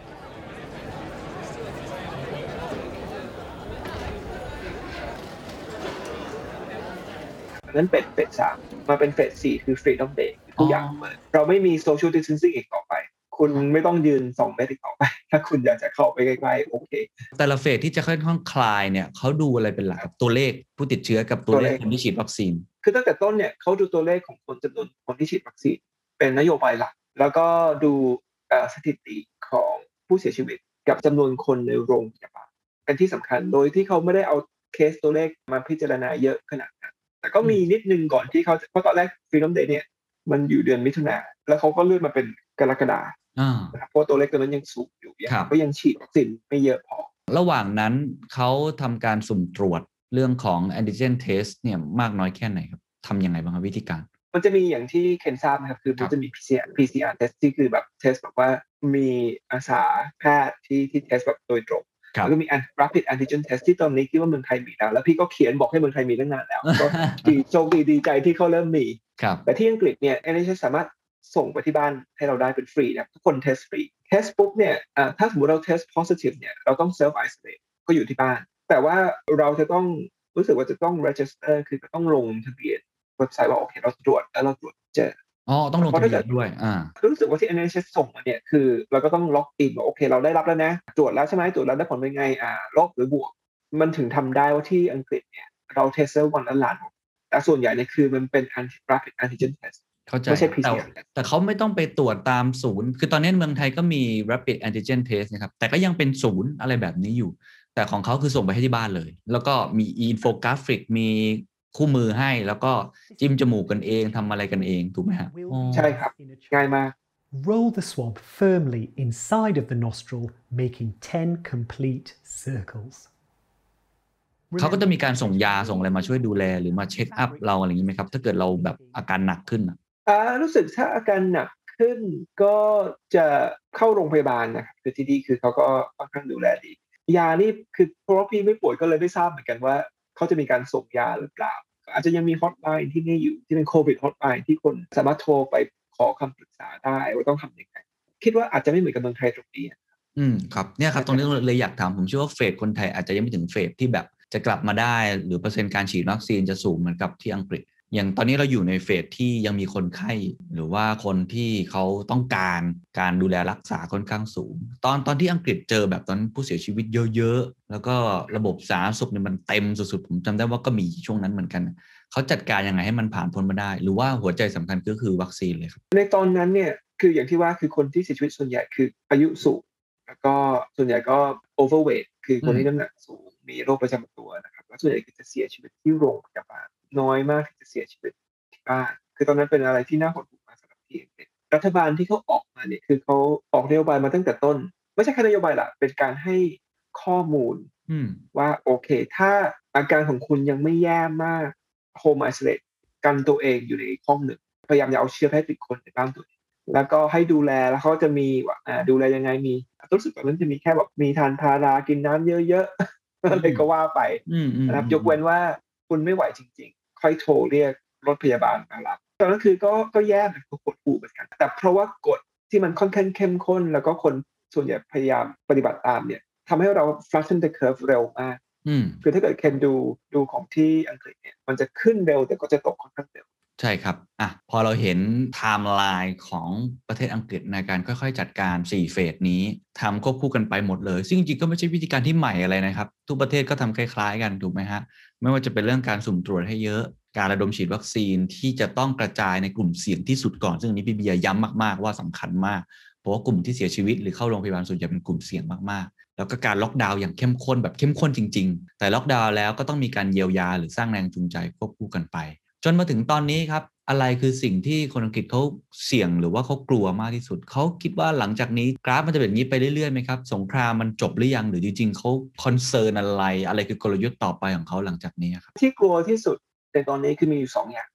นั้นเฟส3มาเป็นเฟส4คือ Freedom Day ทุกอย่างเปิดเราไม่มี Social Distancing อีกต่อไปคุณไม่ต้องยืน2 เมตรอีกต่อไปถ้าคุณอยากจะเข้าไปใกล้ๆโอเคแต่ละเฟสที่จะค่อนข้างคลายเนี่ยเขาดูอะไรเป็นหลักกับตัวเลขผู้ติดเชื้อกับตัวเลขคนที่ฉีดวัคซีนคือตั้งแต่ต้นเนี่ยเขาดูตัวเลขของจำนวนคนที่ฉีดวัคซีนเป็นนโยบายหลักแล้วก็ดูสถิติของผู้เสียชีวิตกับจำนวนคนในโรงพยาบาลเป็นที่สำคัญโดยที่เขาไม่ได้เอาเคสตัวเลขมาพิจารณาเยอะขนาดนั้นแต่ก็มีนิดนึงก่อนที่เขาเพราะตอนแรก Freedom Day เนี่ยมันอยู่เดือนมิถุนายนแล้วเขาก็เลื่อนมาเป็นกรกฎาคมนะครับเพราะตัวเลขตัวนั้นยังสูงอยู่ก็ยังฉีดวัคซีนไม่เยอะพอระหว่างนั้นเขาทำการสุ่มตรวจเรื่องของ antigen test เนี่ยมากน้อยแค่ไหนครับทำยังไงบ้างครับวิธีการมันจะมีอย่างที่เคนทราบนะครับคือมันจะมี PCR test ที่คือแบบเทสแบบว่ามีอาสาแพทย์ที่เทสแบบโดยตรงแล้วก็มี rapid antigen test ที่ตอนนี้คิดว่าเมืองไทยมีแล้วพี่ก็เขียนบอกให้เมืองไทยมีตั้งนานแล้วก็โชคดีใจที่เขาเริ่มมีแต่ที่อังกฤษเนี่ย NHS สามารถส่งไปที่บ้านให้เราได้เป็นฟรีนะทุกคนเทสฟรีเทสปุ๊บเนี่ยถ้าสมมติเราเทส positive เนี่ยเราต้อง self isolate ก็อยู่ที่บ้านแต่ว่าเราจะต้องรู้สึกว่าจะต้อง register คือจะต้องลงทะเบียนเว็บไซต์ว่าโอเคเราตรวจแล้วเราตรวจเจอต้องลงทะเบียนด้วยรู้สึกว่าที่ NHS ส่งมาเนี่ยคือเราก็ต้องล็อกอินว่าโอเคเราได้รับแล้วนะตรวจแล้วใช่ไหมตรวจแล้วได้ผลเป็นไงลบหรือบวกมันถึงทำได้ว่าที่อังกฤษเนี่ยเราเทสเซอร์วันละล้านแต่ส่วนใหญ่เนี่ยคือมันเป็น rapid antigen test เข้าใจแต่เขาไม่ต้องไปตรวจตามศูนย์คือตอนนี้เมืองไทยก็มี rapid antigen test นะครับแต่ก็ยังเป็นศูนย์อะไรแบบนี้อยู่แต่ของเขาคือส่งไปให้ที่บ้านเลยแล้วก็มีอินโฟกราฟิกมีคู่มือให้แล้วก็จิ้มจมูกกันเองทำอะไรกันเองถูกไหมฮะใช่ครับง่ายมาก Roll the swab firmly inside of the nostril, making 10 complete circles. เขาก็จะมีการส่งยาส่งอะไรมาช่วยดูแลหรือมาเช็คอัพเราอะไรอย่างนี้ไหมครับถ้าเกิดเราแบบอาการหนักขึ้นรู้สึกถ้าอาการหนักขึ้นก็จะเข้าโรงพยาบาลนะครับคือที่ดีคือเขาก็ค่อนข้างดูแลดียานี่คือเพราะพี่ไม่ป่วยก็เลยไม่ทราบเหมือนกันว่าเขาจะมีการส่งยาหรือเปล่าอาจจะยังมีฮอตไลน์ที่นี่อยู่ที่เป็นโควิดฮอตไลน์ที่คนสามารถโทรไปขอคำปรึกษาได้ว่าต้องทำยังไงคิดว่าอาจจะไม่เหมือนกับเมืองไทยตรงนี้ครับเนี่ยครับตรงนี้เลยอยากถามผมเชื่อว่าเฟสคนไทยอาจจะยังไม่ถึงเฟสที่แบบจะกลับมาได้หรือเปอร์เซ็นต์การฉีดวัคซีนจะสูงเหมือนกับที่อังกฤษอย่างตอนนี้เราอยู่ในเฟสที่ยังมีคนไข้หรือว่าคนที่เขาต้องการดูแลรักษาค่อนข้างสูงตอนที่อังกฤษเจอแบบตอนผู้เสียชีวิตเยอะๆแล้วก็ระบบสาธารณสุขเนี่ยมันเต็มสุดๆผมจำได้ว่าก็มีช่วงนั้นเหมือนกันเขาจัดการยังไงให้มันผ่านพ้นมาได้หรือว่าหัวใจสำคัญก็คือวัคซีนเลยครับในตอนนั้นเนี่ยคืออย่างที่ว่าคือคนที่เสียชีวิตส่วนใหญ่คืออายุสูงแล้วก็ส่วนใหญ่ก็ overweight คือคนที่น้ำหนักสูงมีโรคประจำตัวนะครับแล้วส่วนใหญ่จะเสียชีวิตที่โรงพยาบาลน้อยมากที่จะเสียชีวิตที่บ้านคือตอนนั้นเป็นอะไรที่น่าหดหู่มากสำหรับที่รัฐบาลที่เขาออกมาเนี่ยคือเขาออกนโยบายมาตั้งแต่ต้นไม่ใช่แค่นโยบายละเป็นการให้ข้อมูลว่าโอเคถ้าอาการของคุณยังไม่แย่มาก home isolate กันตัวเองอยู่ในห้องหนึ่งพยายามอย่าเอาเชื้อไปติดคนในบ้านตัวเองแล้วก็ให้ดูแลแล้วเขาจะมีว่าดูแลยังไงมีรู้สึกตอนนั้นจะมีแค่แบบมีทานพารากินน้ำเยอะๆอะไรก็ว่าไปนะครับยกเว้นว่าคุณไม่ไหวจริงๆค่อยโทรเรียกรถพยาบาลมารับตอนนั้นคือก็แย่เหมือนกดขู่เหมือนกันแต่เพราะว่ากฎที่มันค่อนข้างเข้มข้นแล้วก็คนส่วนใหญ่พยายามปฏิบัติตามเนี่ยทำให้เรา flatten the curve เร็วมากคือถ้าเกิดเคนดูของที่อังกฤษเนี่ยมันจะขึ้นเร็วแต่ก็จะตกค่อนข้างเร็วใช่ครับพอเราเห็นไทม์ไลน์ของประเทศอังกฤษในการค่อยๆจัดการ4เฟสนี้ทำควบคู่กันไปหมดเลยซึ่งจริงๆก็ไม่ใช่วิธีการที่ใหม่อะไรนะครับทุกประเทศก็ทำคล้ายๆกันถูกไหมฮะไม่ว่าจะเป็นเรื่องการสุ่มตรวจให้เยอะการระดมฉีดวัคซีนที่จะต้องกระจายในกลุ่มเสี่ยงที่สุดก่อนซึ่งอันนี้พี่เบียร์ย้ำมากๆว่าสำคัญมากเพราะว่ากลุ่มที่เสียชีวิตหรือเข้าโรงพยาบาลส่วนใหญ่เป็นกลุ่มเสี่ยงมากๆแล้วก็การล็อกดาวน์อย่างเข้มข้นแบบเข้มข้นจริงๆแต่ล็อกดาวน์แล้วก็ต้องมีการเยียวยาหรือสร้างแรงจูงใจควบคู่กันไปจนมาถึงตอนนี้ครับอะไรคือสิ่งที่คนอังกฤษเขาเสี่ยงหรือว่าเขากลัวมากที่สุดเขาคิดว่าหลังจากนี้กราฟมันจะเป็นอย่างนี้ไปเรื่อยๆไหมครับสงครามมันจบหรือยังหรือจริงๆเขาคอนเซิร์นอะไรคือกลยุทธ์ต่อไปของเขาหลังจากนี้ครับที่กลัวที่สุดในตอนนี้คือมีอยู่2อย่าง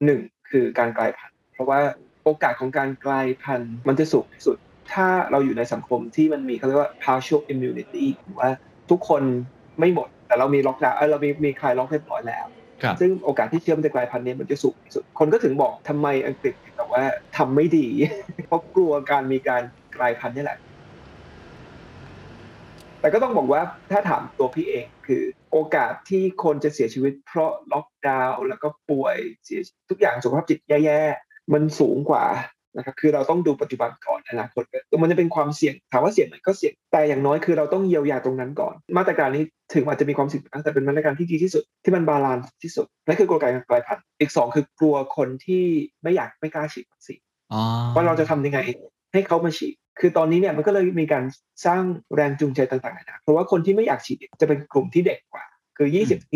1คือการกลายพันธุ์เพราะว่าโอกาสของการกลายพันธุ์มันจะสูงที่สุดถ้าเราอยู่ในสังคมที่มันมีเขาเรียกว่า partial immunity หรือว่าทุกคนไม่หมดแแต่เรามีล็อกดาวน์เรามีคลายล็อกเรียบร้อยแล้วซึ่งโอกาสที่เชื้อมันจะกลายพันธุ์เนี่ยมันจะสูงที่สุดคนก็ถึงบอกทำไมอังกฤษแต่ว่าทำไม่ดี เพราะกลัวมีการกลายพันธุ์นี่แหละแต่ก็ต้องบอกว่าถ้าถามตัวพี่เองคือโอกาสที่คนจะเสียชีวิตเพราะล็อกดาวน์แล้วก็ป่วยเสียทุกอย่างสุขภาพจิตแย่ๆมันสูงกว่านะครับคือเราต้องดูปัจจุบันก่อนอนาคตมันจะเป็นความเสี่ยงถามว่าเสี่ยงไหมก็เสี่ยงแต่อย่างน้อยคือเราต้องเยียวยาตรงนั้นก่อนมาตรการนี้ถึงอาจจะมีความเสี่ยงแต่เป็นมาตรการที่ดีที่สุดที่มันบาลานซ์ที่สุดนั่นคือกลไกการกลายพันธุ์อีก2คือกลัวคนที่ไม่กล้าฉีดวัคซีนว่าเราจะทำยังไงให้เขามาฉีดคือตอนนี้เนี่ยมันก็เลยมีการสร้างแรงจูงใจต่างๆนะเพราะว่าคนที่ไม่อยากฉีดจะเป็นกลุ่มที่เด็กกว่าคือ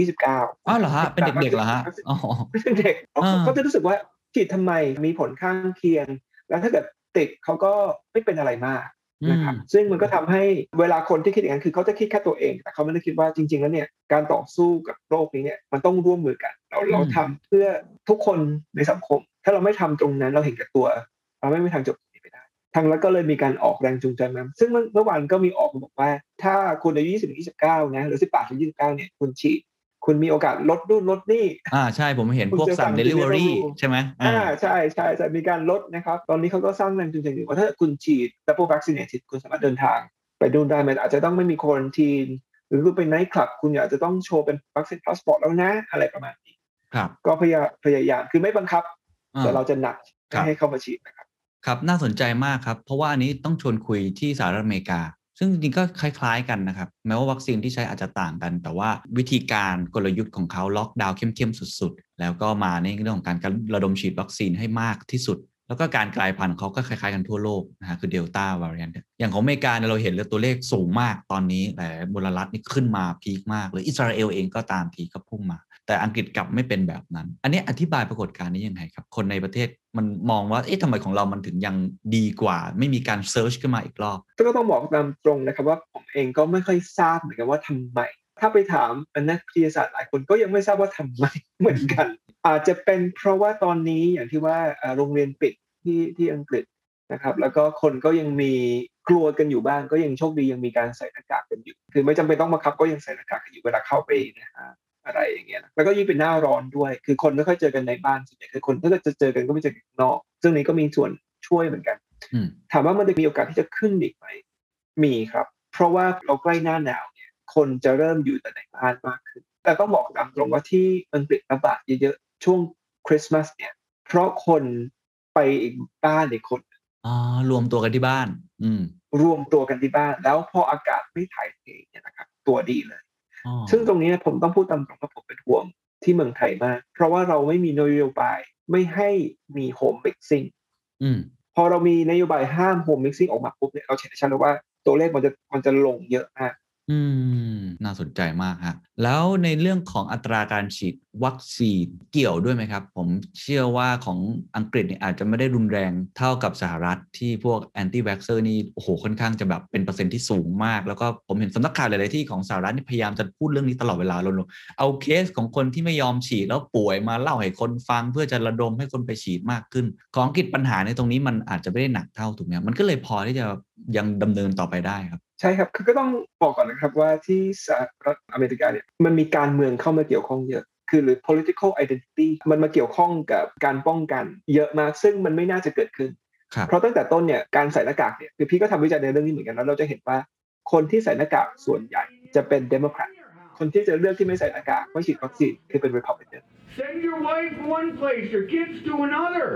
20-29 เหรอฮะเป็นเด็กๆเหรอฮะเป็นเด็กเขาจะรู้สึกว่าฉีดทำไมมีผลข้างเคียงแล้วถ้าเกิดติดเขาก็ไม่เป็นอะไรมากนะครับซึ่งมันก็ทำให้เวลาคนที่คิดอย่างนั้นคือเขาจะคิดแค่ตัวเองแต่เขาไม่ได้คิดว่าจริงๆแล้วเนี่ยการต่อสู้กับโรคนี้เนี่ยมันต้องร่วมมือกันเราทำเพื่อทุกคนในสังคมถ้าเราไม่ทำตรงนั้นเราเห็นแก่ตัวเราไม่มีทางจบนี้ไปได้ทางรัฐก็เลยมีการออกแรงจูงใจมาซึ่งเมื่อวานก็มีออกมาบอกว่าถ้าคุณอายุ20-29นะหรือ18-29เนี่ยคุณฉีดคุณมีโอกาสลดนู่นลดนี่ใช่ผมเห็นพวกสั่ง delivery ใช่ไหมใช่จะมีการลดนะครับตอนนี้เขาก็สร้างแรงจูงใจอยู่ว่าถ้าคุณฉีด double vaccinated คุณสามารถเดินทางไปดูได้มันอาจจะต้องไม่มีควอรันทีนหรือคุณไปไนท์คลับคุณอาจจะต้องโชว์เป็นวัคซีนพาสปอร์ตแล้วนะอะไรประมาณนี้ก็พยายามคือไม่บังคับแต่เราจะหนักให้เข้ามาฉีดนะครับครับน่าสนใจมากครับเพราะว่าอันนี้ต้องชวนคุยที่สหรัฐอเมริกาซึ่งจริงๆก็คล้ายๆกันนะครับแม้ว่าวัคซีนที่ใช้อาจจะต่างกันแต่ว่าวิธีการกลยุทธ์ของเขาล็อกดาวน์เข้มๆสุดๆแล้วก็มาในเรื่องของการระดมฉีดวัคซีนให้มากที่สุดแล้วก็การกลายพันธุ์เขาก็คล้ายๆกันทั่วโลกนะฮะคือเดลต้าวาริแอนต์อย่างของอเมริกาเนี่ยเราเห็นเลยตัวเลขสูงมากตอนนี้แต่มลรัฐนี่ขึ้นมาพีคมากเลยอิสราเอลเองก็ตามทีก็พุ่งมาแต่อังกฤษกลับไม่เป็นแบบนั้นอันนี้อธิบายปรากฏการณ์นี้ยังไงครับคนในประเทศมันมองว่าทำไมของเรามันถึงยังดีกว่าไม่มีการเซิร์ชขึ้นมาอีกรอบก็ต้องบอกตามตรงนะครับว่าผมเองก็ไม่ค่อยทราบเหมือนกันว่าทำไมถ้าไปถามนักวิทยาศาสตร์หลายคนก็ยังไม่ทราบว่าทำไมเหมือนกันอาจจะเป็นเพราะว่าตอนนี้อย่างที่ว่าโรงเรียนปิดที่อังกฤษนะครับแล้วก็คนก็ยังมีกลัวกันอยู่บ้างก็ยังโชคดียังมีการใส่หน้ากากกันอยู่คือไม่จำเป็นต้องบังคับก็ยังใส่หน้ากากกันอยู่เวลาเข้าไปนะฮะอะไรอย่างเงี้ยแล้วก็ยิ่งเป็นหน้าร้อนด้วยคือคนไม่ค่อยเจอกันในบ้านส่วนใหญ่คือคนถ้าจะเจอกันก็ไม่เจอกันนอกซึ่งนี้ก็มีส่วนช่วยเหมือนกันถามว่ามันจะมีโอกาสที่จะขึ้นอีกไหมมีครับเพราะว่าเราใกล้หน้าหนาวเนี่ยคนจะเริ่มอยู่แต่ในบ้านมากขึ้นแต่ต้องบอกตามตรงว่าที่อังกฤษระบาดเยอะๆช่วงคริสต์มาสเนี่ยเพราะคนไปอีกบ้านอีกคนรวมตัวกันที่บ้านรวมตัวกันที่บ้านแล้วพออากาศไม่ถ่ายเทเนี่ยนะครับตัวดีเลยซึ่งตรงนี้ผมต้องพูดตามตรงว่าผมเป็นห่วงที่เมืองไทยมากเพราะว่าเราไม่มีนโยบายไม่ให้มีโฮมมิกซิ่งพอเรามีนโยบายห้ามโฮมมิกซิ่งออกมาปุ๊บเนี่ยเราเห็นได้ชัดเลยว่าตัวเลขมันจะลงเยอะมากน่าสนใจมากฮะแล้วในเรื่องของอัตราการฉีดวัคซีนเกี่ยวด้วยไหมครับผมเชื่อว่าของอังกฤษเนี่ยอาจจะไม่ได้รุนแรงเท่ากับสหรัฐที่พวกแอนตี้แว็กเซอร์นี่โอ้โหค่อนข้างจะแบบเป็นเปอร์เซ็นต์ที่สูงมากแล้วก็ผมเห็นสำนักข่าวหลายๆที่ของสหรัฐนี่พยายามจะพูดเรื่องนี้ตลอดเวลาลงเอาเคสของคนที่ไม่ยอมฉีดแล้วป่วยมาเล่าให้คนฟังเพื่อจะระดมให้คนไปฉีดมากขึ้นของอังกฤษปัญหาในตรงนี้มันอาจจะไม่ได้หนักเท่าถูกไหมมันก็เลยพอที่จะยังดำเนินต่อไปได้ครับใช่ครับคือก็ต้องบอกก่อนนะครับว่าที่สหรัฐอเมริกาเนี่ยมันมีการเมืองเข้ามาเกี่ยวข้องเยอะคือหรือ political identity มันมาเกี่ยวข้องกับการป้องกันเยอะมากซึ่งมันไม่น่าจะเกิดขึ้นเพราะตั้งแต่ต้นเนี่ยการใส่หน้ากากเนี่ยคือพี่ก็ทำวิจัยในเรื่องนี้เหมือนกันแล้วเราจะเห็นว่าคนที่ใส่หน้ากากส่วนใหญ่จะเป็นเดโมแครตคนที่จะเลือกที่ไม่ใส่หน้ากากไม่ฉีดวัคซีนคือเป็น Republican Send your wife one place your kids to another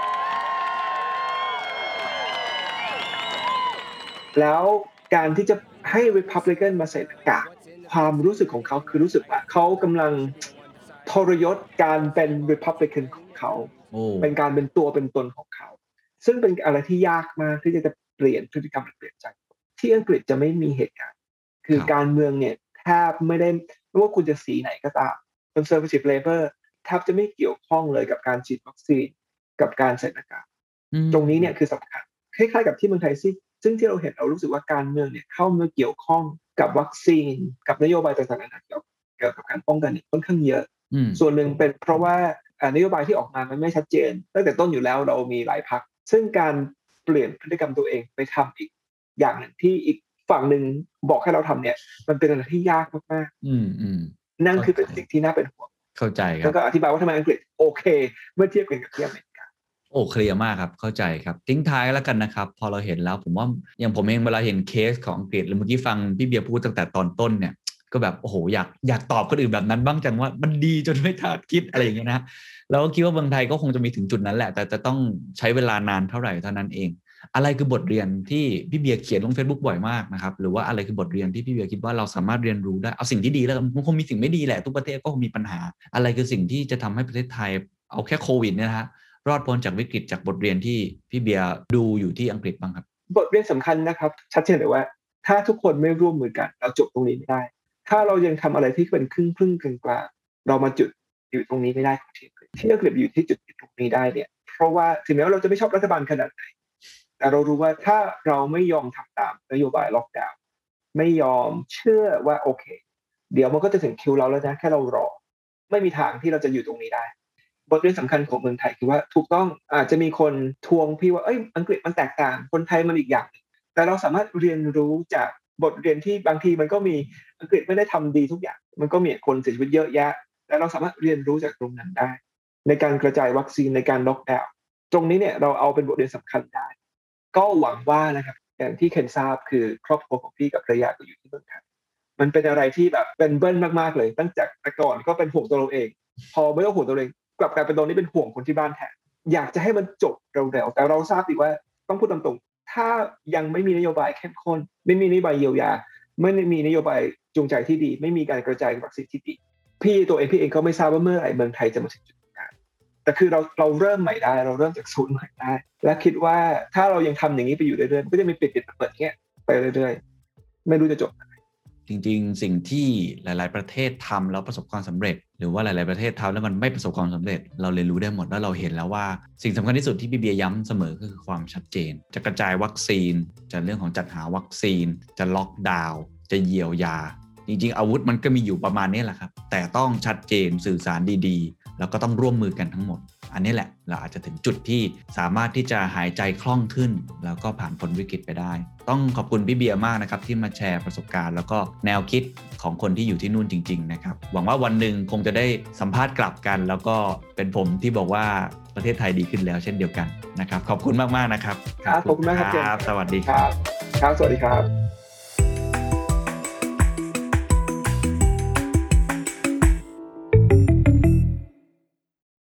แล้วการที่จะให้ Republican มาใส่หน้ากากความรู้สึกของเขาคือรู้สึกว่าเขากำลังทรยศการเป็น Republican ของเขาเป็นการเป็นตัวเป็นตนของเขาซึ่งเป็นอะไรที่ยากมากที่จะเปลี่ยนพฤติกรรมหรือเปลี่ยนใจที่อังกฤษจะไม่มีเหตุการณ์คือการเมืองเนี่ยแทบไม่ได้ไม่ว่าคุณจะสีไหนก็ตาม Conservative Labor แทบจะไม่เกี่ยวข้องเลยกับการฉีดวัคซีนกับการใส่หน้ากากตรงนี้เนี่ยคือสำคัญคล้ายๆกับที่เมืองไทยซึ่งที่เราเห็นเรารู้สึกว่าการเมืองเนี่ยเข้ามาเกี่ยวข้องกับวัคซีนกับนโยบายต่างๆเกี่ยวกับการป้องกันเนี่ยค่อนข้างเยอะส่วนหนึ่งเป็นเพราะว่านโยบายที่ออกมามันไม่ชัดเจนตั้งแต่ต้นอยู่แล้วเรามีหลายพรรคซึ่งการเปลี่ยนพฤติกรรมตัวเองไปทำอีกอย่างหนึ่งที่อีกฝั่งหนึ่งบอกให้เราทำเนี่ยมันเป็นอะไรที่ยากมากๆนั่นคือเป็นสิ่งที่น่าเป็นห่วงเข้าใจครับแล้วก็อธิบายว่าทำไมอังกฤษโอเคเมื่อเทียบกันกับที่อเมริกาเคลียร์มากครับเข้าใจครับทิ้งท้ายแล้วกันนะครับพอเราเห็นแล้วผมว่าอย่างผมเองเวลาเห็นเคสของอังกฤษหรือเมื่อกี้ฟังพี่เบียร์พูดตั้งแต่ตอนต้นเนี่ยก็แบบโอ้โหอยากตอบคนอื่นแบบนั้นบ้างจังว่ามันดีจนไม่ทันคิดอะไรอย่างเงี้ยนะแล้วก็คิดว่าเมืองไทยก็คงจะมีถึงจุดนั้นแหละแต่จะต้องใช้เวลานานเท่าไหร่เท่านั้นเองอะไรคือบทเรียนที่พี่เบียร์เขียนลง Facebook บ่อยมากนะครับหรือว่าอะไรคือบทเรียนที่พี่เบียร์คิดว่าเราสามารถเรียนรู้ได้เอาสิ่งที่ดีแล้วมันคงมีสิ่งไม่ดีแหละทุกประเทศก็คงมีปัญหาอะไรคือสิ่งที่จะทำให้ประเทศไทยเอาแค่โควิดเนี่ยนะฮะรอดพ้นจากวิกฤตจากบทเรียนที่พี่เบียร์ดูอยู่ที่อังกฤษบ้างครับบทเรียนสำคัญนะครับชัดเจนเลยว่าถ้าทุกคนไม่ร่วมมือกันเราจบตรงนี้ไม่ได้ถ้าเรายังทำอะไรที่เป็นครึ่งกลางๆเรามาจุดอยู่ตรงนี้ไม่ได้ของที่อังกฤษอยู่ที่จุดตรงนี้ได้เนี่ยเพราะว่าถึงแม้ว่าเราจะไม่ชอบรัฐบาลขนาดไหนแต่เรารู้ว่าถ้าเราไม่ยอมทำตามนโยบายล็อกดาวน์ไม่ยอมเชื่อว่าโอเคเดี๋ยวมันก็จะถึงคิวเราแล้วนะแค่เรารอไม่มีทางที่เราจะอยู่ตรงนี้ได้บทเรียนสำคัญของเมืองไทยคือว่าถูกต้องอาจจะมีคนทวงพี่ว่าอังกฤษมันแตกต่างคนไทยมันอีกอย่างแต่เราสามารถเรียนรู้จากบทเรียนที่บางทีมันก็มีอังกฤษไม่ได้ทำดีทุกอย่างมันก็มีคนเสียชีวิตเยอะแยะแต่เราสามารถเรียนรู้จากตรงนั้นได้ในการกระจายวัคซีนในการล็อกดาวน์ตรงนี้เนี่ยเราเอาเป็นบทเรียนสำคัญได้ก็หวังว่านะครับอย่างที่เคนทราบคือครอบครัวของพี่กับภรรยาก็อยู่ที่เมืองไทยมันเป็นอะไรที่แบบเป็นเบิ้ลมากๆเลยตั้งแต่ก่อนก็เป็นห่วงตัวเราเองพอไม่ต้องห่วงตัวเองกลับกลายเป็นตอนนี้เป็นห่วงคนที่บ้านแทนอยากจะให้มันจบเร็วๆแต่เราทราบดีว่าต้องพูดตรงๆถ้ายังไม่มีนโยบายเข้มข้นไม่มีนโยบายเยียวยาไม่มีนโยบายจูงใจที่ดีไม่มีการกระจายวัคซีนที่ดีพี่เองก็ไม่ทราบว่าเมื่อไหร่เมืองไทยจะมาถึงจุดนั้นแต่คือเราเริ่มใหม่ได้เราเริ่มจากศูนย์ใหม่ได้และคิดว่าถ้าเรายังทำอย่างนี้ไปอยู่เรื่อยๆก็จะมีปิดเปิดเงี้ยไปเรื่อยๆไม่รู้จะจบจริงๆสิ่งที่หลายๆประเทศทำแล้วประสบความสำเร็จหรือว่าหลายๆประเทศทำแล้วมันไม่ประสบความสำเร็จเราเรียนรู้ได้หมดแล้วเราเห็นแล้วว่าสิ่งสำคัญที่สุดที่พี่เบียร์ย้ำเสมอก็คือความชัดเจนจะกระจายวัคซีนจะเรื่องของจัดหาวัคซีนจะล็อกดาวน์จะเยียวยาจริงๆอาวุธมันก็มีอยู่ประมาณนี้แหละครับแต่ต้องชัดเจนสื่อสารดีๆแล้วก็ต้องร่วมมือกันทั้งหมดอันนี้แหละเราอาจจะถึงจุดที่สามารถที่จะหายใจคล่องขึ้นแล้วก็ผ่านพ้นวิกฤตไปได้ต้องขอบคุณพี่เบียร์มากนะครับที่มาแชร์ประสบการณ์แล้วก็แนวคิดของคนที่อยู่ที่นู่นจริงๆนะครับหวังว่าวันหนึ่งคงจะได้สัมภาษณ์กลับกันแล้วก็เป็นผมที่บอกว่าประเทศไทยดีขึ้นแล้วเช่นเดียวกันนะครับขอบคุณมากๆนะครับขอบคุณมากครับสวัสดีครับครับสวัสดีครับ